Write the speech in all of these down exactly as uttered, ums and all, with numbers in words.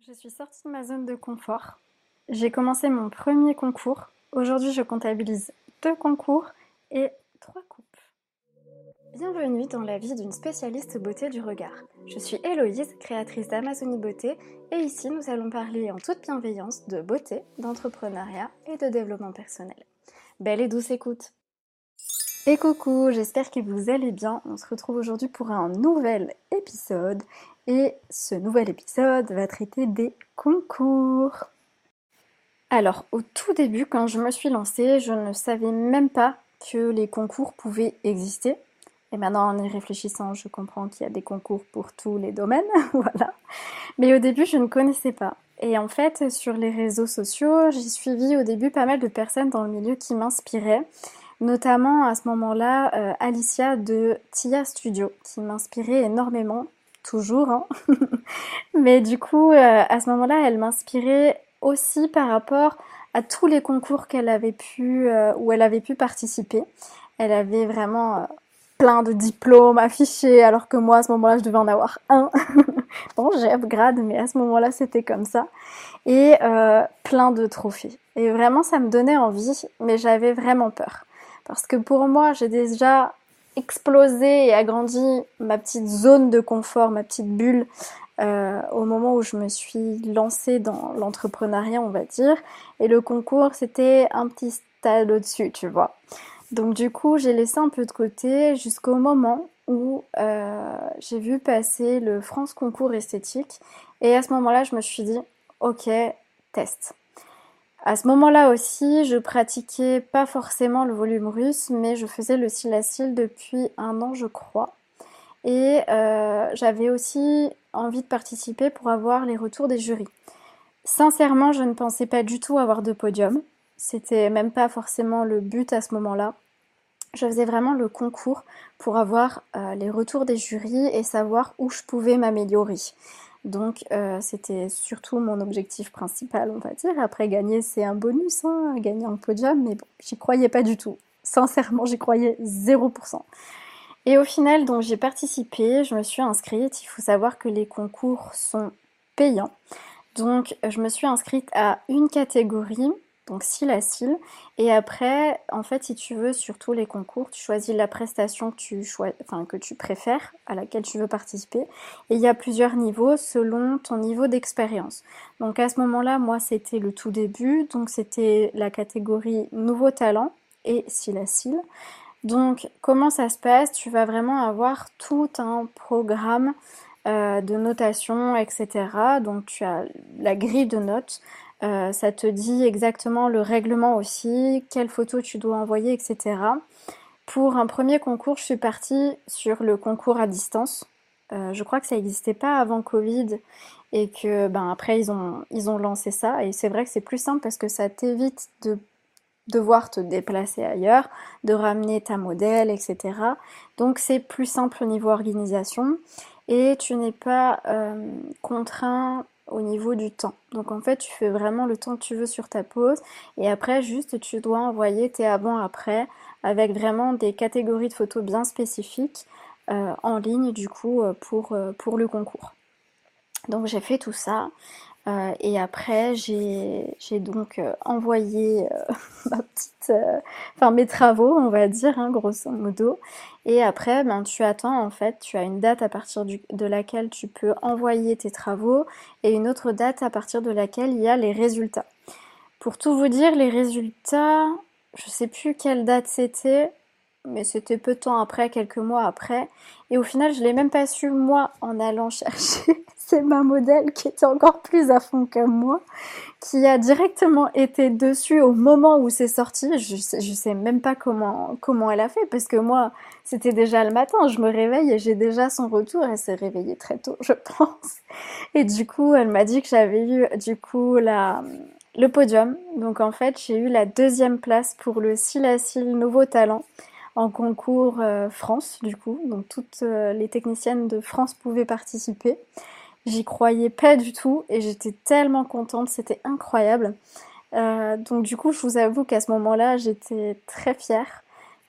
Je suis sortie de ma zone de confort. J'ai commencé mon premier concours. Aujourd'hui, je comptabilise deux concours et trois coupes. Bienvenue dans la vie d'une spécialiste beauté du regard. Je suis Héloïse, créatrice d'Amazonie Beauté, et ici nous allons parler en toute bienveillance de beauté, d'entrepreneuriat et de développement personnel. Belle et douce écoute! Et coucou, j'espère que vous allez bien. On se retrouve aujourd'hui pour un nouvel épisode. Et ce nouvel épisode va traiter des concours. Alors, au tout début, quand je me suis lancée, je ne savais même pas que les concours pouvaient exister. Et maintenant, en y réfléchissant, je comprends qu'il y a des concours pour tous les domaines, voilà. Mais au début, je ne connaissais pas. Et en fait, sur les réseaux sociaux, j'ai suivi au début pas mal de personnes dans le milieu qui m'inspiraient. Notamment à ce moment-là, euh, Alicia de Tia Studio, qui m'inspirait énormément, toujours, hein. Mais du coup, euh, à ce moment-là, elle m'inspirait aussi par rapport à tous les concours qu'elle avait pu, euh, où elle avait pu participer. Elle avait vraiment euh, plein de diplômes affichés, alors que moi, à ce moment-là, je devais en avoir un. Bon, j'ai upgrade, mais à ce moment-là, c'était comme ça. Et euh, plein de trophées. Et vraiment, ça me donnait envie, mais j'avais vraiment peur. Parce que pour moi, j'ai déjà explosé et agrandi ma petite zone de confort, ma petite bulle, euh, au moment où je me suis lancée dans l'entrepreneuriat, on va dire. Et le concours, c'était un petit stade au-dessus, tu vois. Donc du coup, j'ai laissé un peu de côté jusqu'au moment où euh, j'ai vu passer le France Concours Esthétique. Et à ce moment-là, je me suis dit, ok, test. À ce moment-là aussi, je pratiquais pas forcément le volume russe, mais je faisais le cil à cil depuis un an, je crois. Et euh, j'avais aussi envie de participer pour avoir les retours des jurys. Sincèrement, je ne pensais pas du tout avoir de podium. C'était même pas forcément le but à ce moment-là. Je faisais vraiment le concours pour avoir euh, les retours des jurys et savoir où je pouvais m'améliorer. Donc euh, c'était surtout mon objectif principal, on va dire. Après, gagner, c'est un bonus, hein, gagner un podium, mais bon, j'y croyais pas du tout. Sincèrement, j'y croyais zéro pour cent. Et au final, donc j'ai participé, je me suis inscrite. Il faut savoir que les concours sont payants. Donc je me suis inscrite à une catégorie, donc cil à cil. Et après, en fait, si tu veux, sur tous les concours, tu choisis la prestation que tu, choi- enfin, que tu préfères, à laquelle tu veux participer. Et il y a plusieurs niveaux selon ton niveau d'expérience. Donc à ce moment-là, moi, c'était le tout début. Donc c'était la catégorie nouveau talent et cil à cil. Donc comment ça se passe? Tu vas vraiment avoir tout un programme euh, de notation, et cetera. Donc tu as la grille de notes. Euh, ça te dit exactement le règlement aussi, quelles photos tu dois envoyer, et cetera. Pour un premier concours, je suis partie sur le concours à distance. Euh, je crois que ça n'existait pas avant Covid et que ben après ils ont ils ont lancé ça et c'est vrai que c'est plus simple parce que ça t'évite de devoir te déplacer ailleurs, de ramener ta modèle, et cetera. Donc c'est plus simple au niveau organisation et tu n'es pas euh, contraint au niveau du temps. Donc en fait tu fais vraiment le temps que tu veux sur ta pause et après juste tu dois envoyer tes avant-après avec vraiment des catégories de photos bien spécifiques euh, en ligne du coup pour, pour le concours. Donc j'ai fait tout ça. Euh, et après, j'ai, j'ai donc euh, envoyé euh, ma petite, euh, enfin mes travaux, on va dire, hein, grosso modo. Et après, ben tu attends en fait, tu as une date à partir du, de laquelle tu peux envoyer tes travaux et une autre date à partir de laquelle il y a les résultats. Pour tout vous dire, les résultats, je sais plus quelle date c'était, mais c'était peu de temps après, quelques mois après. Et au final, je l'ai même pas su moi en allant chercher. C'est ma modèle qui était encore plus à fond que moi, qui a directement été dessus au moment où c'est sorti. Je sais, je sais même pas comment comment elle a fait parce que moi, c'était déjà le matin. Je me réveille et j'ai déjà son retour. Elle s'est réveillée très tôt, je pense. Et du coup, elle m'a dit que j'avais eu du coup la le podium. Donc en fait, j'ai eu la deuxième place pour le cil à cil Nouveau Talent en concours euh, France du coup. Donc toutes euh, les techniciennes de France pouvaient participer. J'y croyais pas du tout et j'étais tellement contente, c'était incroyable. Euh, donc du coup, je vous avoue qu'à ce moment-là, j'étais très fière,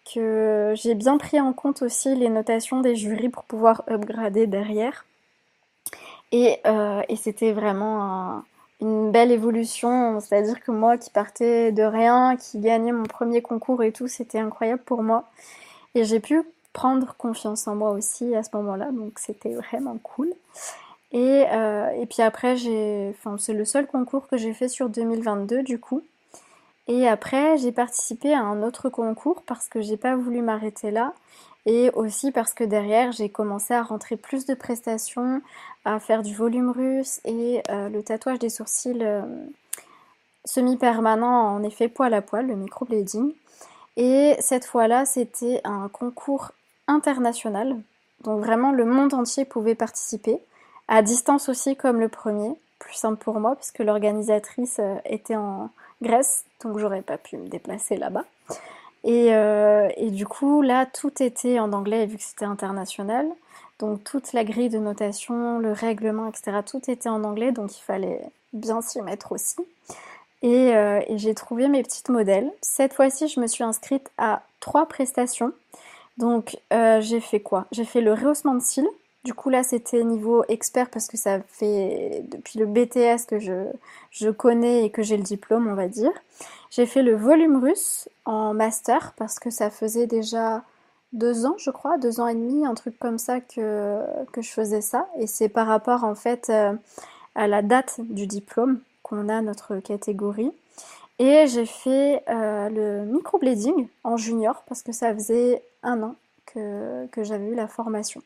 que j'ai bien pris en compte aussi les notations des jurys pour pouvoir upgrader derrière. Et, euh, et c'était vraiment un- une belle évolution, c'est-à-dire que moi qui partais de rien, qui gagnais mon premier concours et tout, c'était incroyable pour moi. Et j'ai pu prendre confiance en moi aussi à ce moment-là, donc c'était vraiment cool. Et, euh, et puis après, j'ai, enfin, c'est le seul concours que j'ai fait sur deux mille vingt-deux du coup. Et après, j'ai participé à un autre concours parce que j'ai pas voulu m'arrêter là. Et aussi parce que derrière, j'ai commencé à rentrer plus de prestations, à faire du volume russe et euh, le tatouage des sourcils euh, semi-permanent en effet poil à poil, le microblading. Et cette fois-là, c'était un concours international. Donc vraiment, le monde entier pouvait participer. À distance aussi, comme le premier. Plus simple pour moi, puisque l'organisatrice euh, était en Grèce, donc j'aurais pas pu me déplacer là-bas. Et, euh, et du coup, là, tout était en anglais, vu que c'était international. Donc toute la grille de notation, le règlement, et cetera, tout était en anglais, donc il fallait bien s'y mettre aussi. Et, euh, et j'ai trouvé mes petites modèles. Cette fois-ci, je me suis inscrite à trois prestations. Donc, euh, j'ai fait quoi? J'ai fait le rehaussement de cils. Du coup, là, c'était niveau expert parce que ça fait depuis le B T S que je, je connais et que j'ai le diplôme, on va dire. J'ai fait le volume russe en master parce que ça faisait déjà deux ans, je crois, deux ans et demi, un truc comme ça que, que je faisais ça. Et c'est par rapport, en fait, euh, à la date du diplôme qu'on a notre catégorie. Et j'ai fait euh, le microblading en junior parce que ça faisait un an que, que j'avais eu la formation.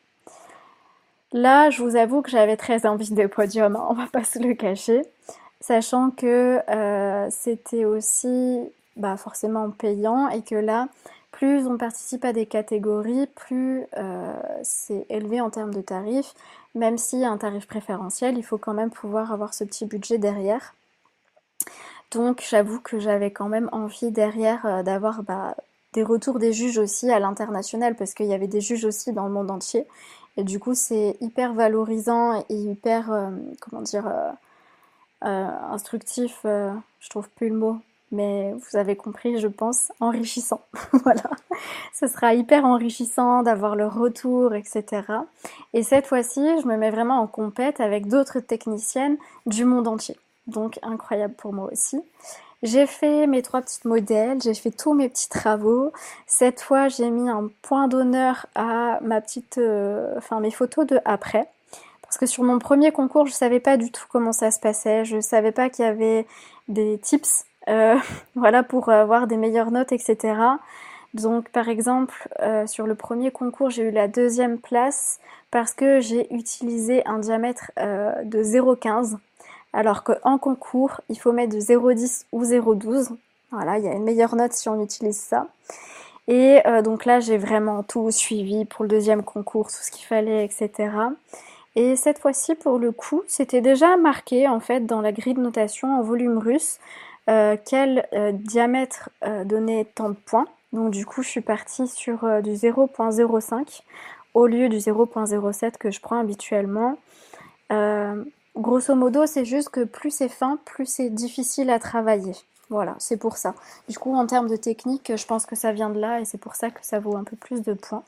Là, je vous avoue que j'avais très envie de podium, hein, on va pas se le cacher, sachant que euh, c'était aussi bah, forcément payant et que là, plus on participe à des catégories, plus euh, c'est élevé en termes de tarifs, même si un tarif préférentiel, il faut quand même pouvoir avoir ce petit budget derrière. Donc j'avoue que j'avais quand même envie derrière euh, d'avoir bah, des retours des juges aussi à l'international parce qu'il y avait des juges aussi dans le monde entier. Et du coup c'est hyper valorisant et hyper, euh, comment dire, euh, euh, instructif, euh, je trouve plus le mot, mais vous avez compris je pense, enrichissant. Voilà, ce sera hyper enrichissant d'avoir le retour, et cetera. Et cette fois-ci je me mets vraiment en compète avec d'autres techniciennes du monde entier. Donc incroyable pour moi aussi. J'ai fait mes trois petites modèles, j'ai fait tous mes petits travaux. Cette fois, j'ai mis un point d'honneur à ma petite, euh, enfin mes photos de après, parce que sur mon premier concours, je savais pas du tout comment ça se passait. Je savais pas qu'il y avait des tips, euh, voilà, pour avoir des meilleures notes, et cetera. Donc, par exemple, euh, sur le premier concours, j'ai eu la deuxième place parce que j'ai utilisé un diamètre euh, de zéro virgule quinze. Alors qu'en concours, il faut mettre de zéro virgule dix ou zéro virgule douze. Voilà, il y a une meilleure note si on utilise ça. Et euh, donc là, j'ai vraiment tout suivi pour le deuxième concours, tout ce qu'il fallait, et cetera. Et cette fois-ci, pour le coup, c'était déjà marqué en fait dans la grille de notation en volume russe euh, quel euh, diamètre euh, donnait tant de points. Donc du coup, je suis partie sur euh, du zéro virgule zéro cinq au lieu du zéro virgule zéro sept que je prends habituellement. Euh, grosso modo, c'est juste que plus c'est fin, plus c'est difficile à travailler. Voilà, c'est pour ça. Du coup, en termes de technique, je pense que ça vient de là et c'est pour ça que ça vaut un peu plus de points.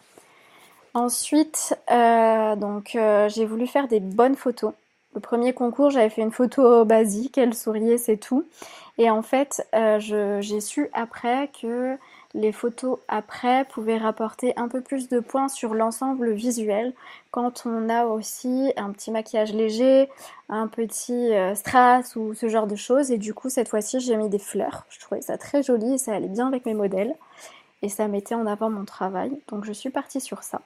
Ensuite, euh, donc euh, j'ai voulu faire des bonnes photos. Le premier concours, j'avais fait une photo basique, elle souriait, c'est tout. Et en fait, euh, je, j'ai su après que les photos après pouvaient rapporter un peu plus de points sur l'ensemble visuel quand on a aussi un petit maquillage léger, un petit euh, strass ou ce genre de choses. Et du coup, cette fois-ci, j'ai mis des fleurs. Je trouvais ça très joli et ça allait bien avec mes modèles. Et ça mettait en avant mon travail. Donc je suis partie sur ça.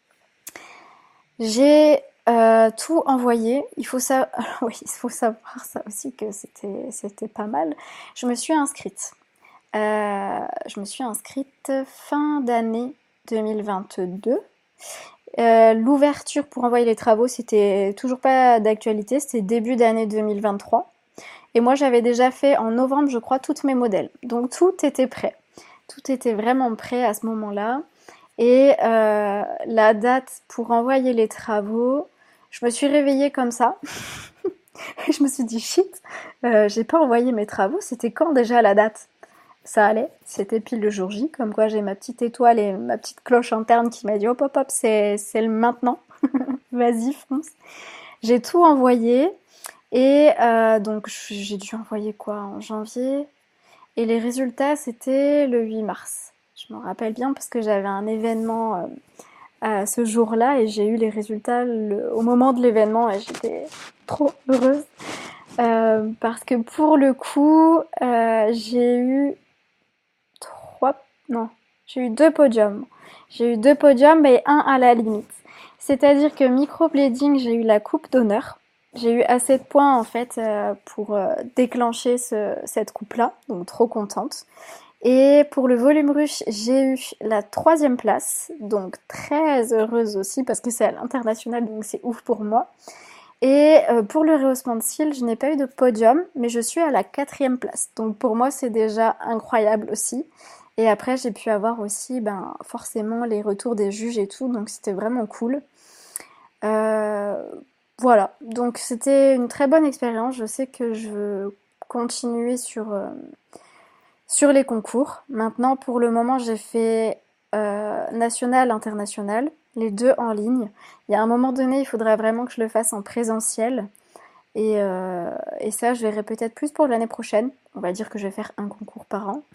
J'ai euh, tout envoyé. Il faut savoir, oui, il faut savoir ça aussi que c'était c'était pas mal. Je me suis inscrite. Euh, je me suis inscrite fin d'année deux mille vingt-deux. Euh, l'ouverture pour envoyer les travaux, c'était toujours pas d'actualité, c'était début d'année deux mille vingt-trois. Et moi, j'avais déjà fait en novembre, je crois, toutes mes modèles. Donc tout était prêt. Tout était vraiment prêt à ce moment-là. Et euh, la date pour envoyer les travaux, je me suis réveillée comme ça. Et je me suis dit, shit, euh, j'ai pas envoyé mes travaux. C'était quand déjà la date? Ça allait, c'était pile le jour J. Comme quoi j'ai ma petite étoile et ma petite cloche interne qui m'a dit, hop hop hop, c'est, c'est le maintenant. Vas-y, fonce. J'ai tout envoyé et euh, donc j'ai dû envoyer quoi en janvier et les résultats c'était le huit mars. Je me rappelle bien parce que j'avais un événement euh, à ce jour-là et j'ai eu les résultats le, au moment de l'événement et j'étais trop heureuse euh, parce que pour le coup euh, j'ai eu trois, non, j'ai eu deux podiums. J'ai eu deux podiums et un à la limite. C'est-à-dire que microblading, j'ai eu la coupe d'honneur. J'ai eu assez de points en fait euh, pour euh, déclencher ce, cette coupe-là, donc trop contente. Et pour le volume ruche, j'ai eu la troisième place, donc très heureuse aussi parce que c'est à l'international, donc c'est ouf pour moi. Et euh, pour le rehaussement de cils, je n'ai pas eu de podium, mais je suis à la quatrième place. Donc pour moi, c'est déjà incroyable aussi. Et après, j'ai pu avoir aussi, ben, forcément, les retours des juges et tout, donc c'était vraiment cool. Euh, voilà, donc c'était une très bonne expérience. Je sais que je veux continuer sur, euh, sur les concours. Maintenant, pour le moment, j'ai fait euh, national, international, les deux en ligne. Il y a un moment donné, il faudrait vraiment que je le fasse en présentiel. Et, euh, et ça, je verrai peut-être plus pour l'année prochaine. On va dire que je vais faire un concours par an.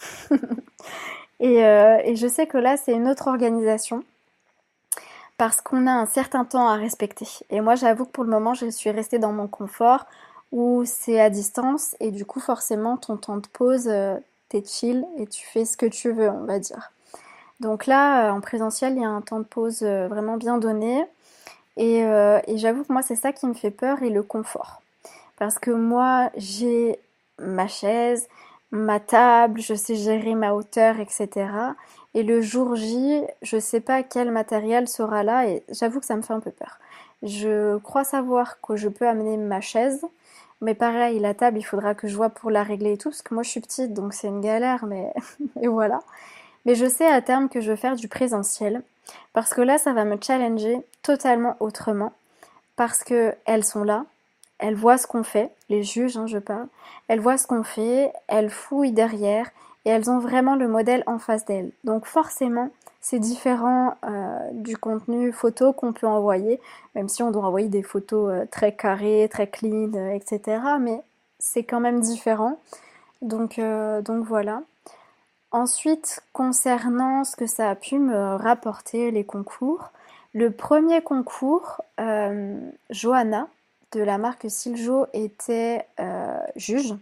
et, euh, et je sais que là, c'est une autre organisation parce qu'on a un certain temps à respecter. Et moi, j'avoue que pour le moment, je suis restée dans mon confort où c'est à distance et du coup, forcément, ton temps de pause, euh, t'es chill et tu fais ce que tu veux, on va dire. Donc là, euh, en présentiel, il y a un temps de pause euh, vraiment bien donné. Et, euh, et j'avoue que moi, c'est ça qui me fait peur et le confort. Parce que moi, j'ai ma chaise, ma table, je sais gérer ma hauteur, et cetera. Et le jour J, je sais pas quel matériel sera là et j'avoue que ça me fait un peu peur. Je crois savoir que je peux amener ma chaise, mais pareil, la table, il faudra que je vois pour la régler et tout, parce que moi je suis petite, donc c'est une galère, mais et voilà. Mais je sais à terme que je veux faire du présentiel, parce que là, ça va me challenger totalement autrement, parce que elles sont là, elles voient ce qu'on fait, les juges, hein, je parle, elles voient ce qu'on fait, elles fouillent derrière, et elles ont vraiment le modèle en face d'elles. Donc forcément, c'est différent euh, du contenu photo qu'on peut envoyer, même si on doit envoyer des photos euh, très carrées, très clean, euh, et cetera. Mais c'est quand même différent. Donc, euh, donc voilà. Ensuite, concernant ce que ça a pu me rapporter, les concours, le premier concours, euh, Johanna, de la marque Siljo, était euh, juge.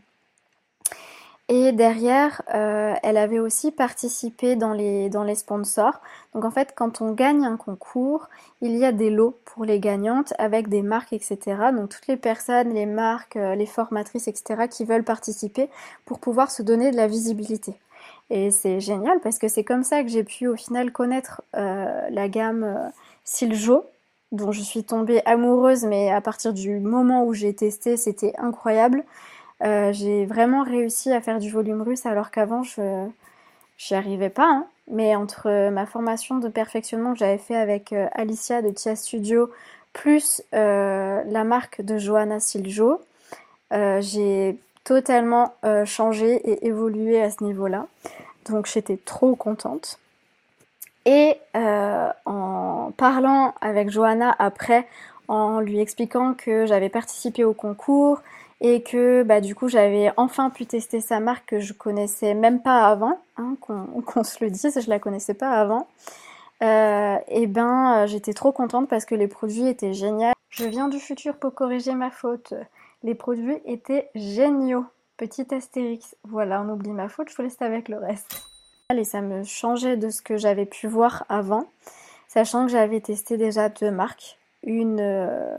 Et derrière, euh, elle avait aussi participé dans les, dans les sponsors. Donc en fait, quand on gagne un concours, il y a des lots pour les gagnantes avec des marques, et cetera. Donc toutes les personnes, les marques, euh, les formatrices, et cetera qui veulent participer pour pouvoir se donner de la visibilité. Et c'est génial parce que c'est comme ça que j'ai pu au final connaître euh, la gamme euh, Siljo, dont je suis tombée amoureuse, mais à partir du moment où j'ai testé, c'était incroyable. Euh, j'ai vraiment réussi à faire du volume russe alors qu'avant je j'y arrivais pas, hein. Mais entre ma formation de perfectionnement que j'avais fait avec euh, Alicia de Tia Studio plus euh, la marque de Johanna Siljo, euh, j'ai totalement euh, changé et évolué à ce niveau-là. Donc j'étais trop contente. Et euh, en parlant avec Johanna après, en lui expliquant que j'avais participé au concours et que bah, du coup j'avais enfin pu tester sa marque que je connaissais même pas avant, hein, qu'on qu'on se le dise, je la connaissais pas avant, euh, et ben j'étais trop contente parce que les produits étaient géniaux. Je viens du futur pour corriger ma faute. Les produits étaient géniaux. Petit astérix. Voilà, on oublie ma faute, je vous laisse avec le reste. Et ça me changeait de ce que j'avais pu voir avant, sachant que j'avais testé déjà deux marques. Une, euh,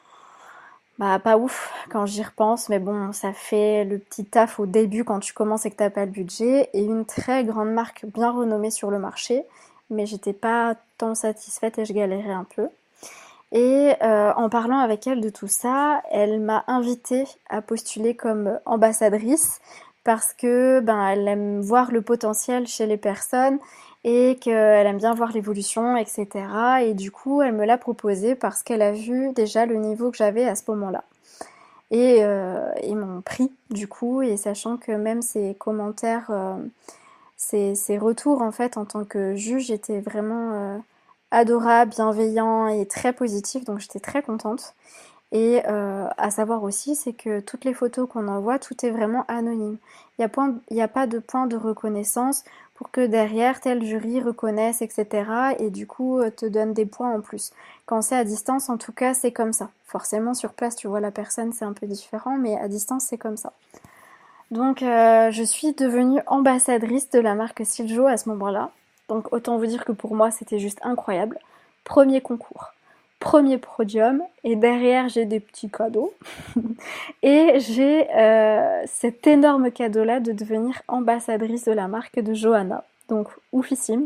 bah pas ouf quand j'y repense, mais bon, ça fait le petit taf au début quand tu commences et que t'as pas le budget. Et une très grande marque bien renommée sur le marché, mais j'étais pas tant satisfaite et je galérais un peu. Et euh, en parlant avec elle de tout ça, elle m'a invitée à postuler comme ambassadrice parce que ben elle aime voir le potentiel chez les personnes et qu'elle aime bien voir l'évolution, et cetera. Et du coup, elle me l'a proposé parce qu'elle a vu déjà le niveau que j'avais à ce moment-là. Et euh, ils m'ont pris du coup, et sachant que même ses commentaires, euh, ses, ses retours en fait en tant que juge étaient vraiment euh, adorable, bienveillant et très positif, donc j'étais très contente. Et euh, à savoir aussi, c'est que toutes les photos qu'on envoie, tout est vraiment anonyme. Il n'y a, a pas de point de reconnaissance pour que derrière, tel jury reconnaisse, et cetera. Et du coup, euh, te donne des points en plus. Quand c'est à distance, en tout cas, c'est comme ça. Forcément, sur place, tu vois la personne, c'est un peu différent, mais à distance, c'est comme ça. Donc, euh, je suis devenue ambassadrice de la marque Siljo à ce moment-là. Donc, autant vous dire que pour moi, c'était juste incroyable. Premier concours, premier podium, et derrière, j'ai des petits cadeaux. Et j'ai euh, cet énorme cadeau-là de devenir ambassadrice de la marque de Johanna. Donc, oufissime.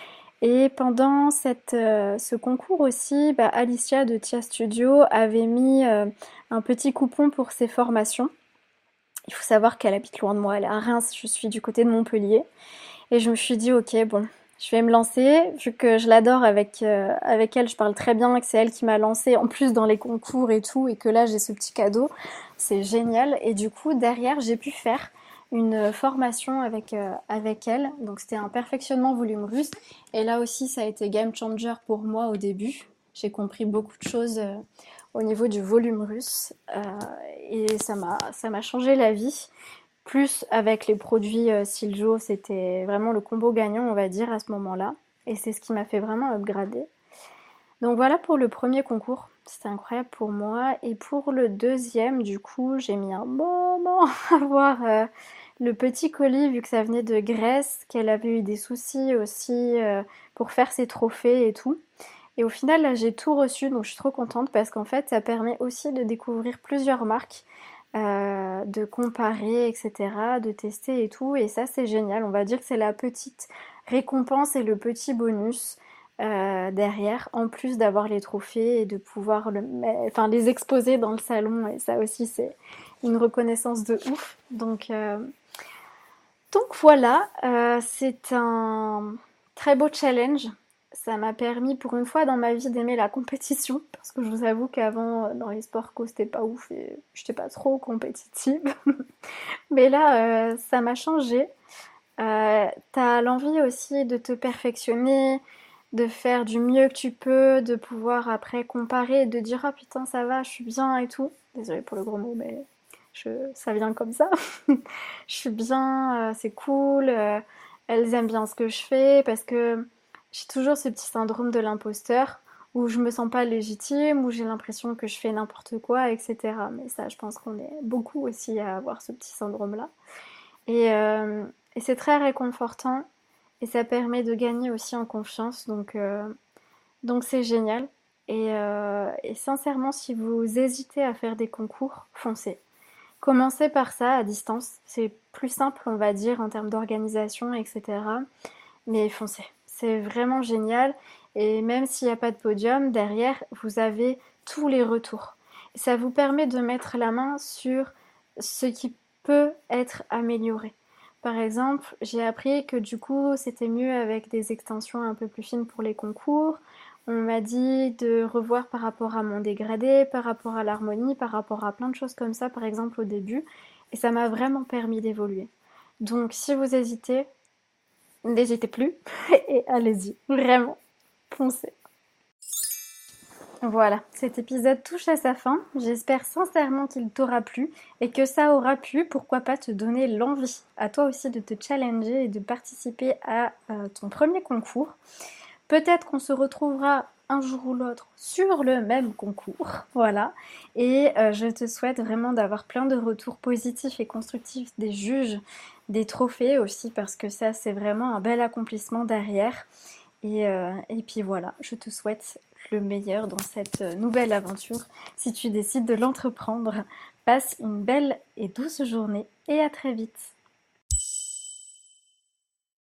Et pendant cette, euh, ce concours aussi, bah, Alicia de Tia Studio avait mis euh, un petit coupon pour ses formations. Il faut savoir qu'elle habite loin de moi, elle est à Reims, je suis du côté de Montpellier. Et je me suis dit, ok, bon, je vais me lancer, vu que je l'adore avec, euh, avec elle, je parle très bien, que c'est elle qui m'a lancée, en plus dans les concours et tout, et que là j'ai ce petit cadeau, c'est génial. Et du coup, derrière, j'ai pu faire une formation avec, euh, avec elle, donc c'était un perfectionnement volume russe. Et là aussi, ça a été game changer pour moi au début. J'ai compris beaucoup de choses euh, au niveau du volume russe, euh, et ça m'a, ça m'a changé la vie. Plus avec les produits euh, Siljo, c'était vraiment le combo gagnant, on va dire, à ce moment-là. Et c'est ce qui m'a fait vraiment upgrader. Donc voilà pour le premier concours. C'était incroyable pour moi. Et pour le deuxième, du coup, j'ai mis un moment à voir euh, le petit colis, vu que ça venait de Grèce, qu'elle avait eu des soucis aussi euh, pour faire ses trophées et tout. Et au final, là, j'ai tout reçu, donc je suis trop contente parce qu'en fait, ça permet aussi de découvrir plusieurs marques, euh, de comparer, et cetera, de tester et tout. Et ça, c'est génial. On va dire que c'est la petite récompense et le petit bonus euh, derrière, en plus d'avoir les trophées et de pouvoir le, enfin, les exposer dans le salon. Et ça aussi, c'est une reconnaissance de ouf. Donc, euh, donc voilà, euh, c'est un très beau challenge. Ça m'a permis pour une fois dans ma vie d'aimer la compétition, parce que je vous avoue qu'avant dans les sports co c'était pas ouf et j'étais pas trop compétitive. Mais là, euh, ça m'a changé. Euh, t'as l'envie aussi de te perfectionner, de faire du mieux que tu peux, de pouvoir après comparer, de dire ah putain ça va, je suis bien et tout. Désolée pour le gros mot, mais je, ça vient comme ça. Je suis bien, euh, c'est cool, euh, elles aiment bien ce que je fais parce que j'ai toujours ce petit syndrome de l'imposteur où je me sens pas légitime, où j'ai l'impression que je fais n'importe quoi, et cetera. Mais ça, je pense qu'on est beaucoup aussi à avoir ce petit syndrome-là. Et, euh, et c'est très réconfortant et ça permet de gagner aussi en confiance, donc euh, donc c'est génial. Et, euh, et sincèrement, si vous hésitez à faire des concours, foncez. Commencez par ça à distance, c'est plus simple on va dire en termes d'organisation, et cetera. Mais foncez, c'est vraiment génial. Et même s'il n'y a pas de podium, derrière vous avez tous les retours. Ça vous permet de mettre la main sur ce qui peut être amélioré. Par exemple, j'ai appris que du coup c'était mieux avec des extensions un peu plus fines pour les concours. On m'a dit de revoir par rapport à mon dégradé, par rapport à l'harmonie, par rapport à plein de choses comme ça, par exemple au début. Et ça m'a vraiment permis d'évoluer. Donc si vous hésitez, n'hésitez plus et allez-y, vraiment, foncez. Voilà, cet épisode touche à sa fin. J'espère sincèrement qu'il t'aura plu et que ça aura pu, pourquoi pas, te donner l'envie à toi aussi de te challenger et de participer à euh, ton premier concours. Peut-être qu'on se retrouvera un jour ou l'autre sur le même concours, voilà. Et euh, je te souhaite vraiment d'avoir plein de retours positifs et constructifs des juges, des trophées aussi, parce que ça, c'est vraiment un bel accomplissement derrière. Et, euh, et puis voilà, je te souhaite le meilleur dans cette nouvelle aventure. Si tu décides de l'entreprendre, passe une belle et douce journée et à très vite.